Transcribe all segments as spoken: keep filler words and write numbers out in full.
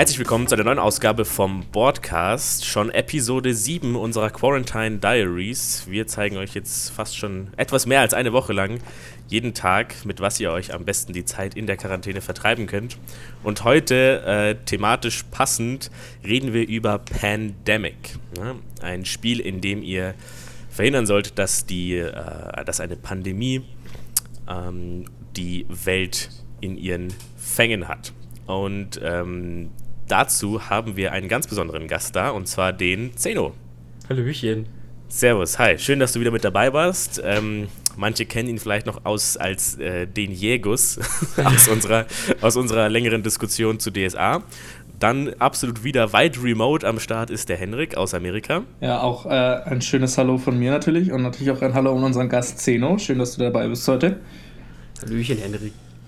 Herzlich willkommen zu einer neuen Ausgabe vom Boardcast, schon Episode sieben unserer Quarantine Diaries. Wir zeigen euch jetzt fast schon etwas mehr als eine Woche lang jeden Tag, mit was ihr euch am besten die Zeit in der Quarantäne vertreiben könnt. Und heute, äh, thematisch passend, reden wir über Pandemic, ne? Ein Spiel, in dem ihr verhindern sollt, dass, die, äh, dass eine Pandemie ähm, die Welt in ihren Fängen hat. Und ähm, dazu haben wir einen ganz besonderen Gast da, und zwar den Zeno. Hallöchen. Servus, hi, schön, dass du wieder mit dabei warst. Ähm, manche kennen ihn vielleicht noch aus als äh, den Jägus aus, unserer, aus unserer längeren Diskussion zu D S A. Dann absolut wieder weit remote am Start ist der Henrik aus Amerika. Ja, auch äh, ein schönes Hallo von mir natürlich und natürlich auch ein Hallo an unseren Gast Zeno. Schön, dass du dabei bist heute. Hallöchen, Henrik.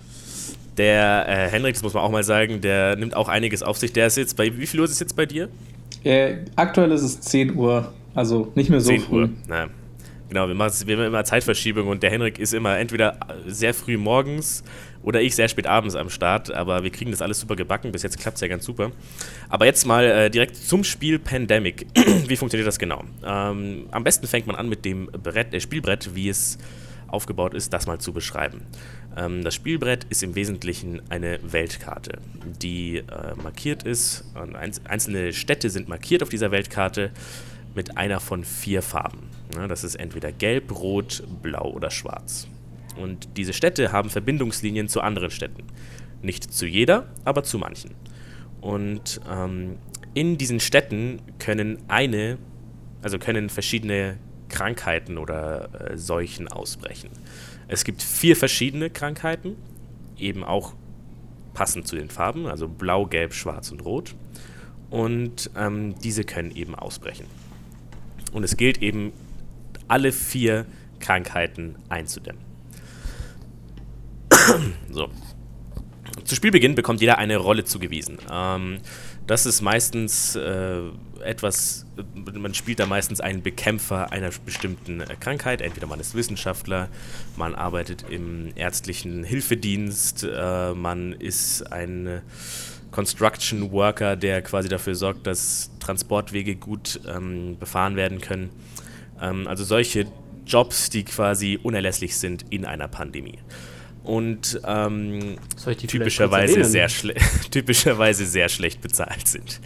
Der äh, Henrik, das muss man auch mal sagen, der nimmt auch einiges auf sich. Der ist jetzt bei, wie viel Uhr ist es jetzt bei dir? Äh, aktuell ist es zehn Uhr, also nicht mehr so zehn früh. Uhr, na, genau, wir, machen, wir haben immer Zeitverschiebung und der Henrik ist immer entweder sehr früh morgens oder ich sehr spät abends am Start, aber wir kriegen das alles super gebacken, bis jetzt klappt es ja ganz super. Aber jetzt mal äh, direkt zum Spiel Pandemic. Wie funktioniert das genau? Ähm, am besten fängt man an mit dem Brett, äh, Spielbrett, wie es aufgebaut ist, das mal zu beschreiben. Ähm, das Spielbrett ist im Wesentlichen eine Weltkarte, die äh, markiert ist. Und einzelne Städte sind markiert auf dieser Weltkarte mit einer von vier Farben. Ja, das ist entweder gelb, rot, blau oder schwarz. Und diese Städte haben Verbindungslinien zu anderen Städten. Nicht zu jeder, aber zu manchen. Und ähm, in diesen Städten können eine, also können verschiedene Krankheiten oder äh, Seuchen ausbrechen. Es gibt vier verschiedene Krankheiten, eben auch passend zu den Farben, also blau, gelb, schwarz und rot. Und ähm, diese können eben ausbrechen. Und es gilt eben, alle vier Krankheiten einzudämmen. So. Zu Spielbeginn bekommt jeder eine Rolle zugewiesen. Ähm, das ist meistens äh, etwas, man spielt da meistens einen Bekämpfer einer bestimmten äh, Krankheit. Entweder man ist Wissenschaftler, man arbeitet im ärztlichen Hilfedienst, äh, man ist ein Construction Worker, der quasi dafür sorgt, dass Transportwege gut ähm, befahren werden können. Ähm, also solche Jobs, die quasi unerlässlich sind in einer Pandemie. Und ähm, typischerweise, sehr schle- typischerweise sehr schlecht bezahlt sind.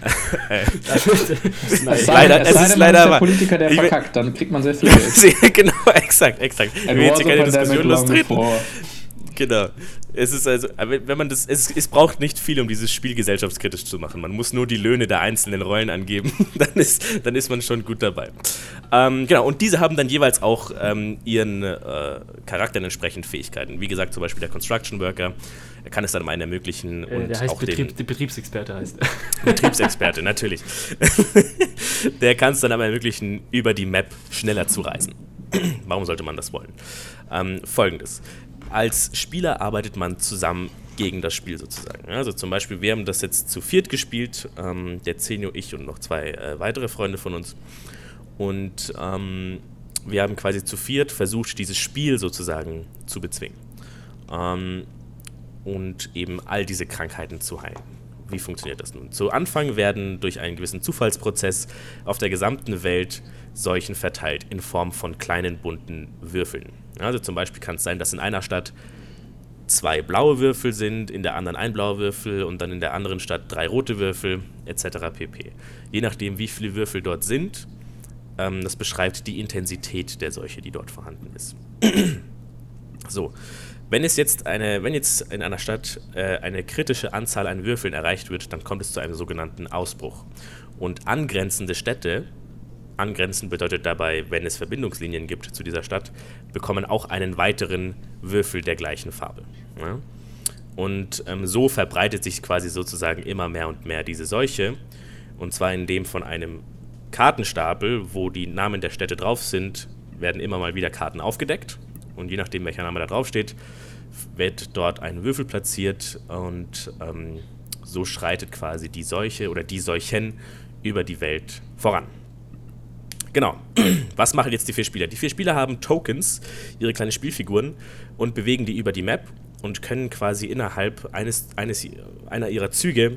Es sei denn, es ist leider der Politiker, der verkackt, dann kriegt man sehr viel Geld. Genau, exakt, exakt. Ich will jetzt hier keine Diskussion lostreten. Genau. Es ist also, wenn man das, es, es braucht nicht viel, um dieses Spiel gesellschaftskritisch zu machen. Man muss nur die Löhne der einzelnen Rollen angeben, dann ist, dann ist man schon gut dabei. Ähm, genau, und diese haben dann jeweils auch ähm, ihren äh, Charakteren entsprechend Fähigkeiten. Wie gesagt, zum Beispiel der Construction Worker, er kann es dann mal ermöglichen. Äh, und der heißt auch Betrieb, den, Betriebsexperte heißt Betriebsexperte, natürlich. Der kann es dann aber ermöglichen, über die Map schneller zu reisen. Warum sollte man das wollen? Ähm, Folgendes. Als Spieler arbeitet man zusammen gegen das Spiel sozusagen. Also zum Beispiel, wir haben das jetzt zu viert gespielt, ähm, der Zenio, ich und noch zwei äh, weitere Freunde von uns. Und ähm, wir haben quasi zu viert versucht, dieses Spiel sozusagen zu bezwingen. Ähm, und eben all diese Krankheiten zu heilen. Wie funktioniert das nun? Zu Anfang werden durch einen gewissen Zufallsprozess auf der gesamten Welt Seuchen verteilt in Form von kleinen bunten Würfeln. Also zum Beispiel kann es sein, dass in einer Stadt zwei blaue Würfel sind, in der anderen ein blauer Würfel und dann in der anderen Stadt drei rote Würfel et cetera pp. Je nachdem, wie viele Würfel dort sind, ähm, das beschreibt die Intensität der Seuche, die dort vorhanden ist. So. Wenn es jetzt eine, wenn jetzt in einer Stadt äh, eine kritische Anzahl an Würfeln erreicht wird, dann kommt es zu einem sogenannten Ausbruch. Und angrenzende Städte, angrenzend bedeutet dabei, wenn es Verbindungslinien gibt zu dieser Stadt, bekommen auch einen weiteren Würfel der gleichen Farbe. Ja? Und ähm, so verbreitet sich quasi sozusagen immer mehr und mehr diese Seuche. Und zwar indem von einem Kartenstapel, wo die Namen der Städte drauf sind, werden immer mal wieder Karten aufgedeckt. Und je nachdem, welcher Name da drauf steht, wird dort ein Würfel platziert und ähm, so schreitet quasi die Seuche oder die Seuchen über die Welt voran. Genau. Was machen jetzt die vier Spieler? Die vier Spieler haben Tokens, ihre kleinen Spielfiguren, und bewegen die über die Map und können quasi innerhalb eines, eines einer ihrer Züge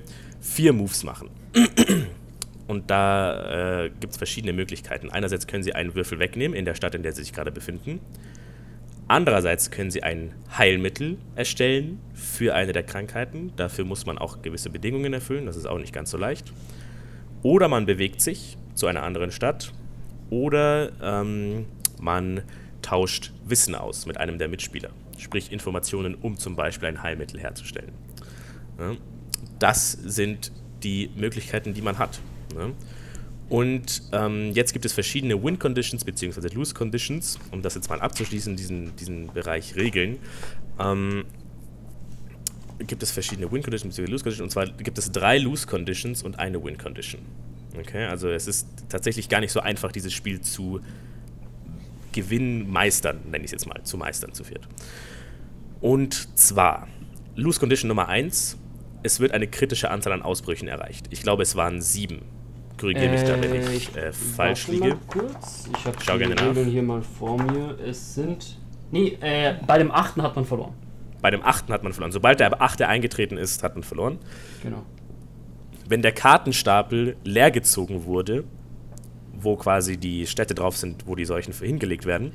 vier Moves machen. Und da äh, gibt es verschiedene Möglichkeiten. Einerseits können sie einen Würfel wegnehmen in der Stadt, in der sie sich gerade befinden. Andererseits können sie ein Heilmittel erstellen für eine der Krankheiten. Dafür muss man auch gewisse Bedingungen erfüllen, das ist auch nicht ganz so leicht. Oder man bewegt sich zu einer anderen Stadt. Oder ähm, man tauscht Wissen aus mit einem der Mitspieler. Sprich Informationen, um zum Beispiel ein Heilmittel herzustellen. Ja, das sind die Möglichkeiten, die man hat. Ja. Und ähm, jetzt gibt es verschiedene Win-Conditions bzw. Lose-Conditions, um das jetzt mal abzuschließen, diesen, diesen Bereich Regeln. Ähm, gibt es verschiedene Win-Conditions bzw. Lose-Conditions, und zwar gibt es drei Lose-Conditions und eine Win-Condition. Okay, also es ist tatsächlich gar nicht so einfach, dieses Spiel zu gewinnen, meistern, nenne ich es jetzt mal, zu meistern zu viert. Und zwar, Lose-Condition Nummer eins, es wird eine kritische Anzahl an Ausbrüchen erreicht. Ich glaube, es waren sieben. Korrigiere mich da, wenn ich äh, falsch liege. Mal kurz. Ich habe Schau die gerne nach. Regeln hier mal vor mir. Es sind... Nee, äh, bei dem achten hat man verloren. Bei dem achten hat man verloren. Sobald der achte eingetreten ist, hat man verloren. Genau. Wenn der Kartenstapel leer gezogen wurde, wo quasi die Städte drauf sind, wo die Seuchen für hingelegt werden,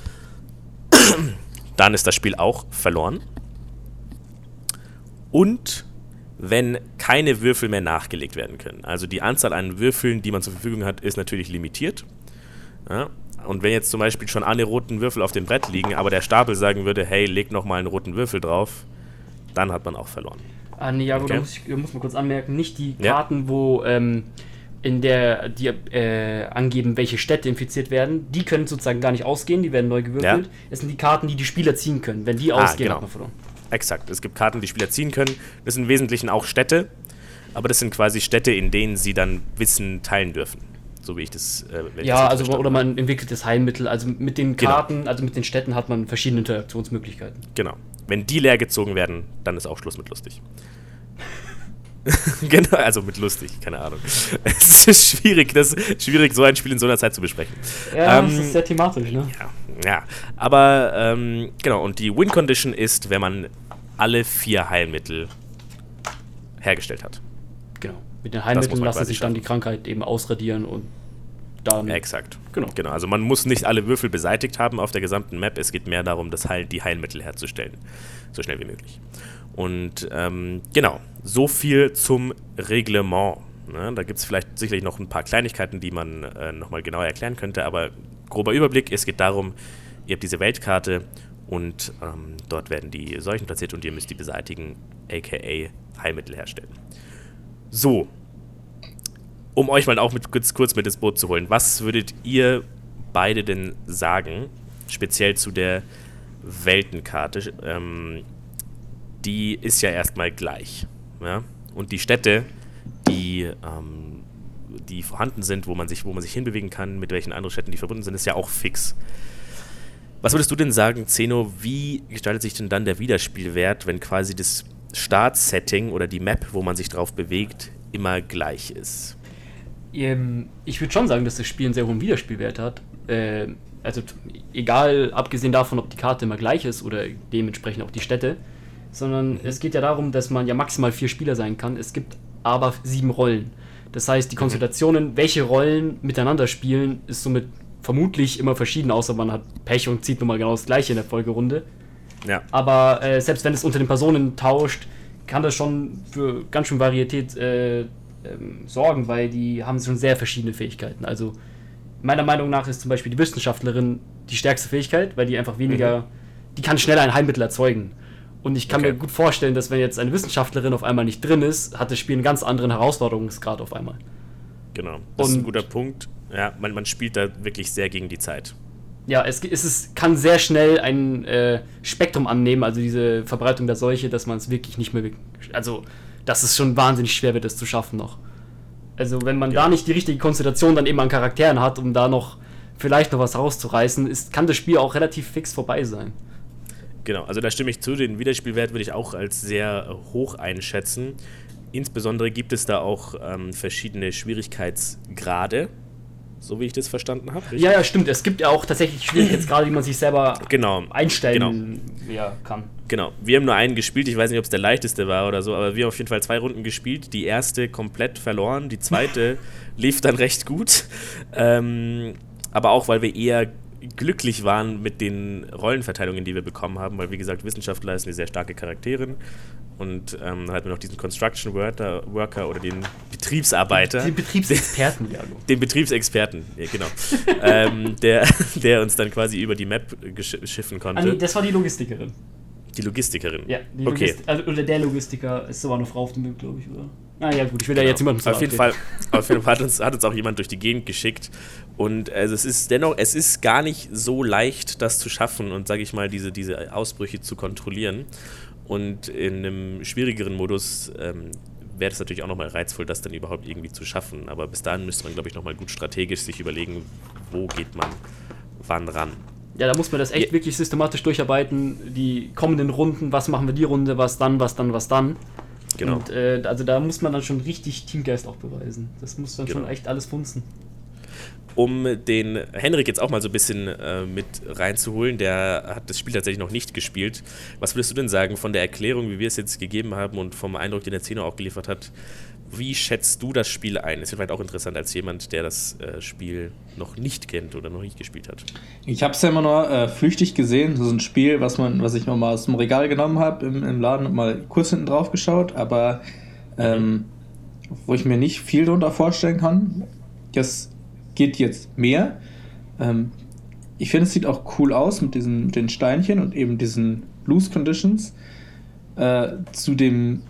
dann ist das Spiel auch verloren. Und wenn keine Würfel mehr nachgelegt werden können. Also die Anzahl an Würfeln, die man zur Verfügung hat, ist natürlich limitiert. Ja? Und wenn jetzt zum Beispiel schon alle roten Würfel auf dem Brett liegen, aber der Stapel sagen würde, hey, leg noch mal einen roten Würfel drauf, dann hat man auch verloren. Ah, nee, aber Okay. da muss ich muss man kurz anmerken, nicht die Ja. Karten, wo ähm, in der die äh, angeben, welche Städte infiziert werden, die können sozusagen gar nicht ausgehen, die werden neu gewürfelt. Ja. Es sind die Karten, die die Spieler ziehen können. Wenn die Ah, ausgehen, genau. hat man verloren. Exakt. Es gibt Karten, die Spieler ziehen können. Das sind im Wesentlichen auch Städte, aber das sind quasi Städte, in denen sie dann Wissen teilen dürfen. So wie ich das. Äh, wenn ich Ja, das also verstanden oder man entwickelt das Heilmittel. Also mit den Genau. Karten, also mit den Städten hat man verschiedene Interaktionsmöglichkeiten. Genau. Wenn die leer gezogen werden, dann ist auch Schluss mit lustig. Genau, also mit lustig, keine Ahnung. Es ist schwierig, das ist schwierig, so ein Spiel in so einer Zeit zu besprechen. Ja, Ähm, das ist sehr thematisch, ne? Ja, ja. Aber ähm, genau, und die Win-Condition ist, wenn man alle vier Heilmittel hergestellt hat. Genau. Mit den muss Heilmitteln man lassen quasi sich dann schaffen. die Krankheit eben ausradieren und dann. Ja, exakt. Genau. Genau. Also man muss nicht alle Würfel beseitigt haben auf der gesamten Map. Es geht mehr darum, das Heil, die Heilmittel herzustellen. So schnell wie möglich. Und ähm, genau, so viel zum Reglement. Ne? Da gibt es vielleicht sicherlich noch ein paar Kleinigkeiten, die man äh, nochmal genauer erklären könnte, aber grober Überblick, es geht darum, ihr habt diese Weltkarte und ähm, dort werden die Seuchen platziert und ihr müsst die beseitigen, aka Heilmittel herstellen. So, um euch mal auch mit, kurz, kurz mit ins Boot zu holen, was würdet ihr beide denn sagen, speziell zu der Weltenkarte? Ähm, die ist ja erstmal gleich. Ja? Und die Städte, die, ähm, die vorhanden sind, wo man, sich, wo man sich hinbewegen kann, mit welchen anderen Städten die verbunden sind, ist ja auch fix. Was würdest du denn sagen, Zeno, wie gestaltet sich denn dann der Wiederspielwert, wenn quasi das Startsetting oder die Map, wo man sich drauf bewegt, immer gleich ist? Ähm, ich würde schon sagen, dass das Spiel einen sehr hohen Wiederspielwert hat. Äh, also t- egal, abgesehen davon, ob die Karte immer gleich ist oder dementsprechend auch die Städte, sondern es geht ja darum, dass man ja maximal vier Spieler sein kann. Es gibt aber sieben Rollen. Das heißt, die Konstellationen, welche Rollen miteinander spielen, ist somit vermutlich immer verschieden, außer man hat Pech und zieht nochmal genau das Gleiche in der Folgerunde. Ja. Aber äh, selbst wenn es unter den Personen tauscht, kann das schon für ganz schön Varietät äh, ähm, sorgen, weil die haben schon sehr verschiedene Fähigkeiten. Also meiner Meinung nach ist zum Beispiel die Wissenschaftlerin die stärkste Fähigkeit, weil die einfach weniger, mhm. die kann schneller ein Heilmittel erzeugen. Und ich kann Okay. mir gut vorstellen, dass wenn jetzt eine Wissenschaftlerin auf einmal nicht drin ist, hat das Spiel einen ganz anderen Herausforderungsgrad auf einmal. Genau, das ist ein Und- guter Punkt. Ja, man, man spielt da wirklich sehr gegen die Zeit. Ja, es, es ist, kann sehr schnell ein äh, Spektrum annehmen, also diese Verbreitung der Seuche, dass man es wirklich nicht mehr... Also, dass es schon wahnsinnig schwer wird, das zu schaffen noch. Also, wenn man Ja. da nicht die richtige Konstellation dann eben an Charakteren hat, um da noch vielleicht noch was rauszureißen, ist, kann das Spiel auch relativ fix vorbei sein. Genau, also da stimme ich zu. Den Wiederspielwert würde ich auch als sehr äh, hoch einschätzen. Insbesondere gibt es da auch ähm, verschiedene Schwierigkeitsgrade. so wie ich das verstanden habe. Ja, ja, stimmt. Es gibt ja auch tatsächlich Schwierigkeitsgrade, die man sich selber genau. einstellen genau. Ja, kann. Genau. Wir haben nur einen gespielt. Ich weiß nicht, ob es der leichteste war oder so, aber wir haben auf jeden Fall zwei Runden gespielt. Die erste komplett verloren, die zweite lief dann recht gut. Ähm, aber auch, weil wir eher glücklich waren mit den Rollenverteilungen, die wir bekommen haben, weil, wie gesagt, Wissenschaftler ist eine sehr starke Charakterin. Und ähm, dann hatten wir noch diesen Construction Worker, Worker oder den Betriebsarbeiter. Den Betriebsexperten, ja. Den Betriebsexperten, ja, genau. ähm, der, der uns dann quasi über die Map gesch- schiffen konnte. Ah, nee, das war die Logistikerin. Die Logistikerin? Ja, die okay. Logist- also, oder der Logistiker ist sogar eine Frau auf dem Bild, glaube ich, oder? Ah ja, gut, ich will genau. da jetzt niemanden Auf jeden Fall, auf jeden Fall hat uns, hat uns auch jemand durch die Gegend geschickt. Und also es ist dennoch, es ist gar nicht so leicht, das zu schaffen und, sage ich mal, diese, diese Ausbrüche zu kontrollieren. Und in einem schwierigeren Modus ähm, wäre es natürlich auch nochmal reizvoll, das dann überhaupt irgendwie zu schaffen. Aber bis dahin müsste man, glaube ich, nochmal gut strategisch sich überlegen, wo geht man wann ran. Ja, da muss man das echt ja. wirklich systematisch durcharbeiten. Die kommenden Runden, was machen wir die Runde, was dann, was dann, was dann. Genau. Und äh, also da muss man dann schon richtig Teamgeist auch beweisen. Das muss dann genau. schon echt alles funzen. Um den Henrik jetzt auch mal so ein bisschen äh, mit reinzuholen, der hat das Spiel tatsächlich noch nicht gespielt. Was würdest du denn sagen von der Erklärung, wie wir es jetzt gegeben haben und vom Eindruck, den der Zeno auch geliefert hat? Wie schätzt du das Spiel ein? Ist vielleicht auch interessant als jemand, der das äh, Spiel noch nicht kennt oder noch nicht gespielt hat. Ich habe es ja immer nur äh, flüchtig gesehen. Das ist ein Spiel, was man, was ich noch mal aus dem Regal genommen habe im, im Laden und mal kurz hinten drauf geschaut, aber ähm, wo ich mir nicht viel darunter vorstellen kann. Das geht jetzt mehr. Ähm, ich finde, es sieht auch cool aus mit diesen mit den Steinchen und eben diesen Loose Conditions. Äh, zu dem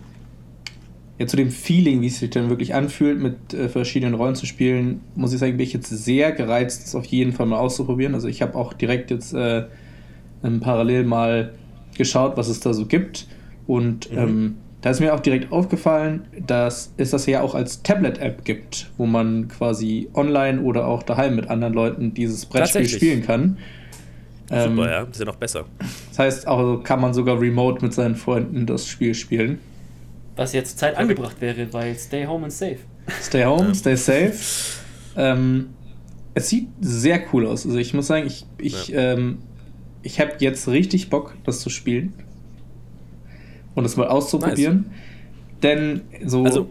Ja, zu dem Feeling, wie es sich dann wirklich anfühlt, mit äh, verschiedenen Rollen zu spielen, muss ich sagen, bin ich jetzt sehr gereizt, das auf jeden Fall mal auszuprobieren. Also ich habe auch direkt jetzt äh, parallel mal geschaut, was es da so gibt. Und mhm. ähm, da ist mir auch direkt aufgefallen, dass es das ja auch als Tablet-App gibt, wo man quasi online oder auch daheim mit anderen Leuten dieses Brettspiel spielen kann. Super, ähm, ja, ist ja noch besser. Das heißt, auch kann man sogar remote mit seinen Freunden das Spiel spielen. Was jetzt Zeit angebracht wäre, weil Stay Home and Safe. Stay Home, ja. Stay Safe. Ähm, es sieht sehr cool aus. Also ich muss sagen, ich, ich, ja. ähm, ich habe jetzt richtig Bock, das zu spielen. Und das mal auszuprobieren. Nice. Denn so also,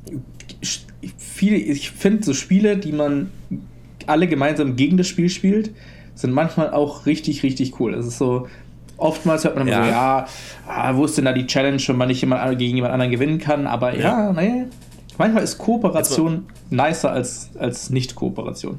viele, ich finde so Spiele, die man alle gemeinsam gegen das Spiel spielt, sind manchmal auch richtig, richtig cool. Es ist so, oftmals hört man immer ja. so, ja, ah, wo ist denn da die Challenge, wenn man nicht jemand, gegen jemand anderen gewinnen kann, aber ja, ja nee, manchmal ist Kooperation nicer als, als Nicht-Kooperation.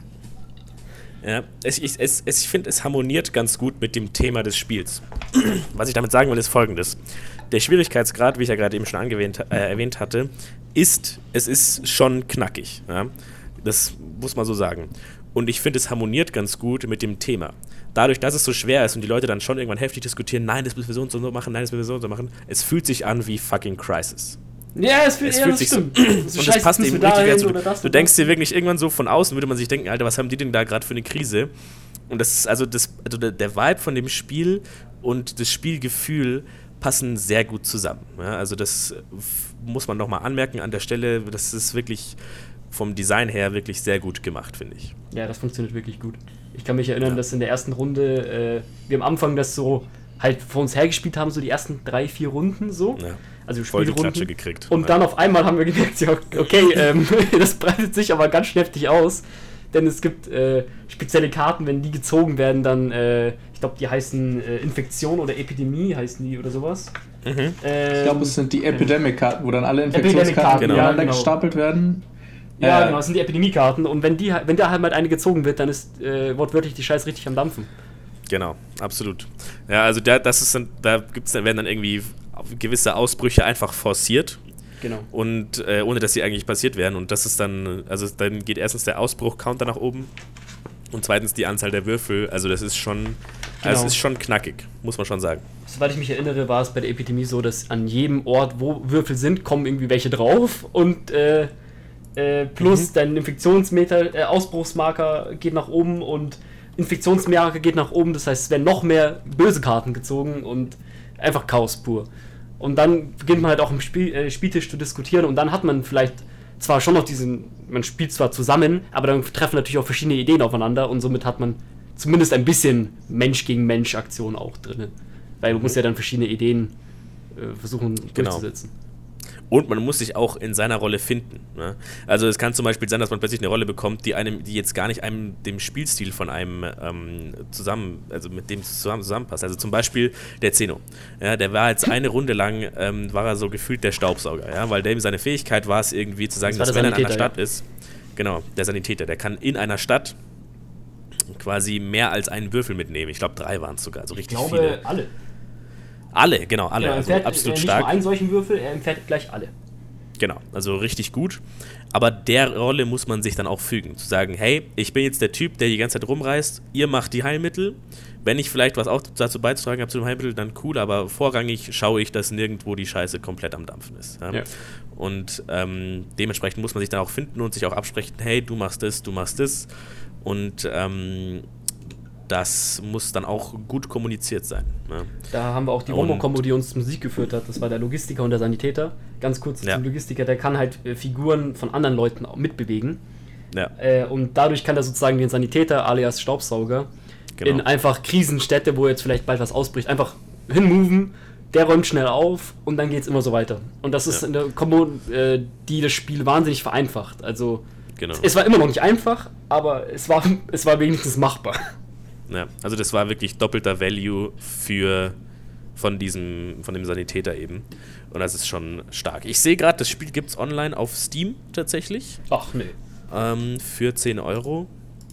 Ja, es, ich, es, es, ich finde, es harmoniert ganz gut mit dem Thema des Spiels. Was ich damit sagen will, ist Folgendes. Der Schwierigkeitsgrad, wie ich ja gerade eben schon angewähnt, äh, erwähnt hatte, ist, es ist schon knackig. Ja? Das muss man so sagen. Und ich finde, es harmoniert ganz gut mit dem Thema. Dadurch, dass es so schwer ist und die Leute dann schon irgendwann heftig diskutieren, nein, das müssen wir so und so machen, nein, das müssen wir so und so machen, es fühlt sich an wie fucking Crisis. Ja, es, fühl, es ja, fühlt sich stimmt. so so und das passt eben richtig. Also, du du denkst dir wirklich irgendwann so von außen, würde man sich denken, Alter, was haben die denn da gerade für eine Krise? Und das ist also, das, also der, der Vibe von dem Spiel und das Spielgefühl passen sehr gut zusammen. Ja, also das muss man nochmal anmerken an der Stelle, das ist wirklich vom Design her wirklich sehr gut gemacht, finde ich. Ja, das funktioniert wirklich gut. Ich kann mich erinnern, ja. dass in der ersten Runde äh, wir am Anfang das so halt vor uns hergespielt haben, so die ersten drei, vier Runden so. Ja. Also voll die Spielrunden. Klatsche gekriegt. Und ja. dann auf einmal haben wir gemerkt, ja, okay, ähm, das breitet sich aber ganz heftig aus. Denn es gibt äh, spezielle Karten, wenn die gezogen werden, dann, äh, ich glaube, die heißen äh, Infektion oder Epidemie, heißen die oder sowas. Mhm. Ähm, ich glaube, es sind die Epidemic-Karten, wo dann alle Infektionskarten genau. übereinander genau. gestapelt werden. Ja, äh, genau, das sind die Epidemie-Karten. Und wenn, die, wenn da halt mal eine gezogen wird, dann ist äh, wortwörtlich die Scheiße richtig am Dampfen. Genau, absolut. Ja, also da, das ist dann, da gibt's, werden dann irgendwie gewisse Ausbrüche einfach forciert. Genau. Und äh, ohne dass sie eigentlich passiert wären. Und das ist dann, also dann geht erstens der Ausbruch-Counter nach oben und zweitens die Anzahl der Würfel. Also das ist schon, genau. also es ist schon knackig, muss man schon sagen. Soweit ich mich erinnere, war es bei der Epidemie so, dass an jedem Ort, wo Würfel sind, kommen irgendwie welche drauf und äh, äh, plus mhm. dein Infektionsmeter, äh, Ausbruchsmarker geht nach oben und Infektionsmarker geht nach oben. Das heißt, es werden noch mehr böse Karten gezogen und einfach Chaos pur. Und dann beginnt man halt auch im Spiel, äh, Spieltisch zu diskutieren und dann hat man vielleicht zwar schon noch diesen man spielt zwar zusammen, aber dann treffen natürlich auch verschiedene Ideen aufeinander und somit hat man zumindest ein bisschen Mensch-gegen-Mensch-Aktion auch drin. Weil du musst ja dann verschiedene Ideen äh, versuchen Genau. durchzusetzen. Und man muss sich auch in seiner Rolle finden. Ne? Also es kann zum Beispiel sein, dass man plötzlich eine Rolle bekommt, die einem, die jetzt gar nicht einem dem Spielstil von einem ähm, zusammen, also mit dem zusammen, zusammenpasst. Also zum Beispiel der Zeno. Ja, der war jetzt eine Runde lang, ähm, war er so gefühlt der Staubsauger, ja, weil dem seine Fähigkeit war es irgendwie zu sagen, Das dass war wenn der er in einer Sanitäter, Stadt ist, genau, der Sanitäter, der kann in einer Stadt quasi mehr als einen Würfel mitnehmen. Ich glaube, drei waren es sogar, also richtig Ich glaube, viele. alle. Alle, genau, alle. Ja, er also entfernt, absolut äh, stark. Nicht nur einen solchen Würfel, er entfernt gleich alle. Genau, also richtig gut. Aber der Rolle muss man sich dann auch fügen. Zu sagen, hey, ich bin jetzt der Typ, der die ganze Zeit rumreist, ihr macht die Heilmittel. Wenn ich vielleicht was auch dazu beizutragen habe zu dem Heilmittel, dann cool, aber vorrangig schaue ich, dass nirgendwo die Scheiße komplett am Dampfen ist. Ja? Ja. Und ähm, dementsprechend muss man sich dann auch finden und sich auch absprechen, hey, du machst das, du machst das. Und ähm, das muss dann auch gut kommuniziert sein. Ne? Da haben wir auch die Und- Romo-Kombo, die uns zum Sieg geführt hat. Das war der Logistiker und der Sanitäter. Ganz kurz Ja. zum Logistiker, der kann halt äh, Figuren von anderen Leuten auch mitbewegen. Ja, Äh, und dadurch kann er sozusagen den Sanitäter alias Staubsauger genau. in einfach Krisenstädte, wo jetzt vielleicht bald was ausbricht, einfach hinmoven, der räumt schnell auf und dann geht's immer so weiter. Und das ist Ja. eine Kombo, äh, die das Spiel wahnsinnig vereinfacht. Also genau. es war immer noch nicht einfach, aber es war, es war wenigstens machbar. Ja, also das war wirklich doppelter Value für von diesem, von dem Sanitäter eben. Und das ist schon stark. Ich sehe gerade, das Spiel gibt es online auf Steam tatsächlich. Ach nee. Ähm, für zehn Euro.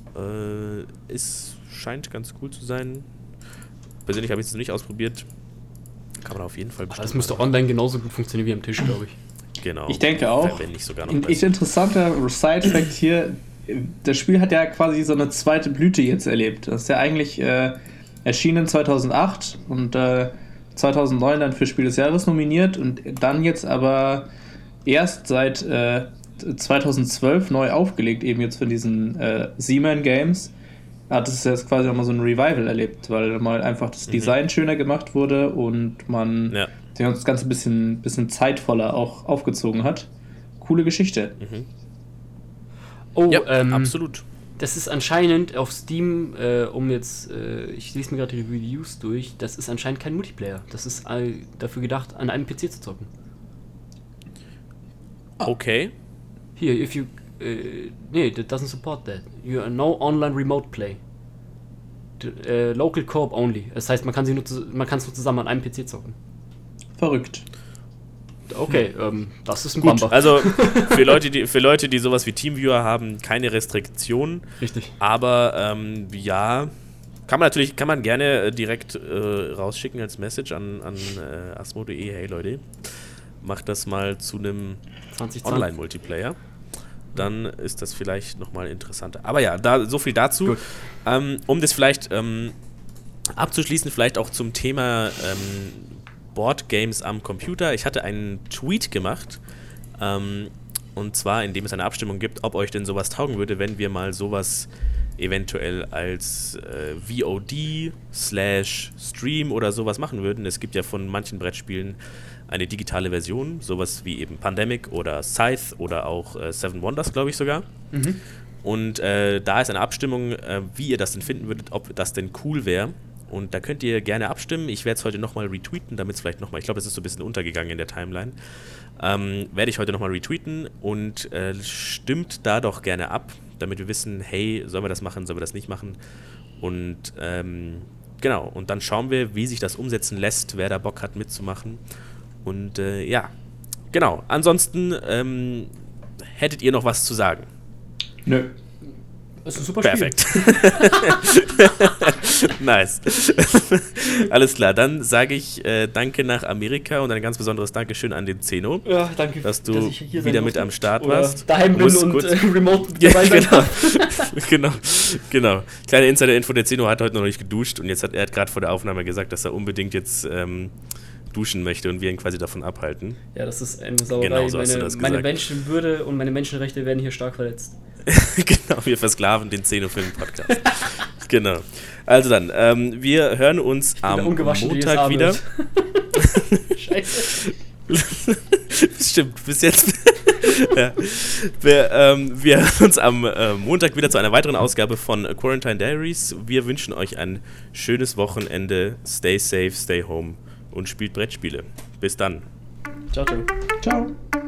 Äh, ist, scheint ganz cool zu sein. Persönlich habe ich es noch nicht ausprobiert. Kann man auf jeden Fall Das bestimmt müsste machen. online genauso gut funktionieren wie am Tisch, glaube ich. Genau. Ich denke auch. Wenn nicht sogar noch Ein besser. echt interessanter Side-Fact hier: Das Spiel hat ja quasi so eine zweite Blüte jetzt erlebt. Das ist ja eigentlich äh, erschienen zweitausendacht und äh, zweitausendneun dann für Spiel des Jahres nominiert und dann jetzt aber erst seit äh, zweitausendzwölf neu aufgelegt, eben jetzt von diesen äh, Seaman Games. Hat es jetzt quasi nochmal so ein Revival erlebt, weil mal einfach das Design schöner gemacht wurde und man Ja. das Ganze ein bisschen, bisschen zeitvoller auch aufgezogen hat. Coole Geschichte. Oh, Ja, ähm, absolut. das ist anscheinend auf Steam, äh, um jetzt, äh, ich lese mir gerade die Reviews durch, das ist anscheinend kein Multiplayer. Das ist all, dafür gedacht, an einem P C zu zocken. Okay. Hier, if you, äh, nee, that doesn't support that. You are no online remote play. D äh, local co-op only. Das heißt, man kann sie nur, zu, man kann es nur zusammen an einem P C zocken. Verrückt. Okay, ähm, das ist ein Gut, Bumper. also für Leute, die, für Leute, die sowas wie Teamviewer haben, keine Restriktionen. Richtig. Aber ähm, ja, kann man natürlich, kann man gerne äh, direkt äh, rausschicken als Message an, an äh, asmo punkt de. Hey Leute, macht das mal zu einem zwanzig zwanzig. Online-Multiplayer. Dann ist das vielleicht nochmal interessanter. Aber ja, da, so viel dazu. Ähm, um das vielleicht ähm, abzuschließen, vielleicht auch zum Thema ähm, Boardgames am Computer. Ich hatte einen Tweet gemacht, ähm, und zwar, indem es eine Abstimmung gibt, ob euch denn sowas taugen würde, wenn wir mal sowas eventuell als äh, V O D slash Stream oder sowas machen würden. Es gibt ja von manchen Brettspielen eine digitale Version, sowas wie eben Pandemic oder Scythe oder auch äh, Seven Wonders, glaube ich sogar. Mhm. Und äh, da ist eine Abstimmung, äh, wie ihr das denn finden würdet, ob das denn cool wäre. Und da könnt ihr gerne abstimmen. Ich werde es heute nochmal retweeten, damit es vielleicht nochmal, ich glaube, es ist so ein bisschen untergegangen in der Timeline. Ähm, werde ich heute nochmal retweeten und äh, stimmt da doch gerne ab, damit wir wissen, hey, sollen wir das machen, sollen wir das nicht machen? Und ähm, genau, und dann schauen wir, wie sich das umsetzen lässt, wer da Bock hat mitzumachen. Und äh, ja, genau. Ansonsten ähm, hättet ihr noch was zu sagen? Nö. Das ist ein super Perfekt. Nice. Alles klar, dann sage ich äh, danke nach Amerika und ein ganz besonderes Dankeschön an den Zeno, Spiel. Ja, danke, dass du ich hier sein wieder mit durfte. am Start Oder warst. daheim Du bin musst und kurz- äh, remote Ja, dabei sein genau. darf. genau, genau. Kleine Insider-Info, der Zeno hat heute noch nicht geduscht und jetzt hat er hat gerade vor der Aufnahme gesagt, dass er unbedingt jetzt ähm, duschen möchte und wir ihn quasi davon abhalten. Ja, das ist eine Sauerei. Genau, so hast du meine, das meine gesagt. Menschenwürde und meine Menschenrechte werden hier stark verletzt. Genau, wir versklaven den Zeno für den Podcast. Genau. Also dann, ähm, wir hören uns Der am ungewaschene Montag J S wieder. Arnold. Scheiße. Stimmt, bis jetzt ja. wir, ähm, wir hören uns am äh, Montag wieder zu einer weiteren Ausgabe von Quarantine Diaries. Wir wünschen euch ein schönes Wochenende. Stay safe, stay home und spielt Brettspiele. Bis dann. Ciao, ciao. Ciao.